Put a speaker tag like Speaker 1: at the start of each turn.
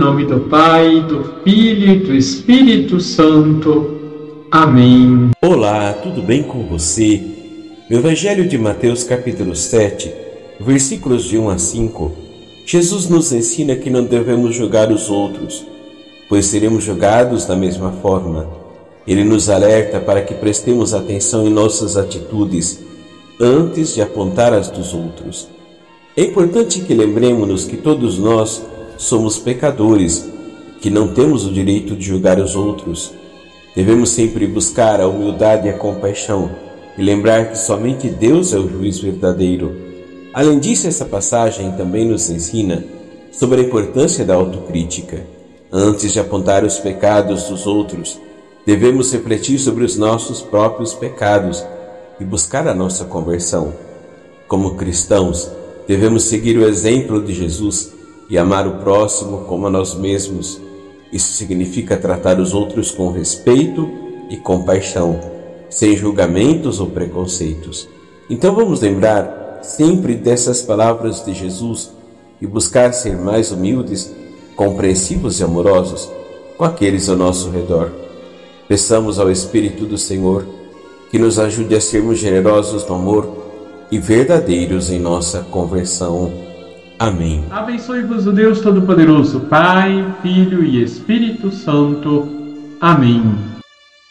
Speaker 1: nome do Pai, do Filho e do Espírito Santo. Amém.
Speaker 2: Olá, tudo bem com você? No Evangelho de Mateus capítulo 7, versículos de 1 a 5, Jesus nos ensina que não devemos julgar os outros, pois seremos julgados da mesma forma. Ele nos alerta para que prestemos atenção em nossas atitudes antes de apontar as dos outros. É importante que lembremos-nos que todos nós somos pecadores, que não temos o direito de julgar os outros. Devemos sempre buscar a humildade e a compaixão e lembrar que somente Deus é o juiz verdadeiro. Além disso, essa passagem também nos ensina sobre a importância da autocrítica. Antes de apontar os pecados dos outros, devemos refletir sobre os nossos próprios pecados e buscar a nossa conversão. Como cristãos, devemos seguir o exemplo de Jesus e amar o próximo como a nós mesmos. Isso significa tratar os outros com respeito e compaixão, sem julgamentos ou preconceitos. Então vamos lembrar sempre dessas palavras de Jesus e buscar ser mais humildes, compreensivos e amorosos com aqueles ao nosso redor. Peçamos ao Espírito do Senhor que nos ajude a sermos generosos no amor e verdadeiros em nossa conversão. Amém.
Speaker 1: Abençoe-vos o Deus Todo-Poderoso, Pai, Filho e Espírito Santo. Amém.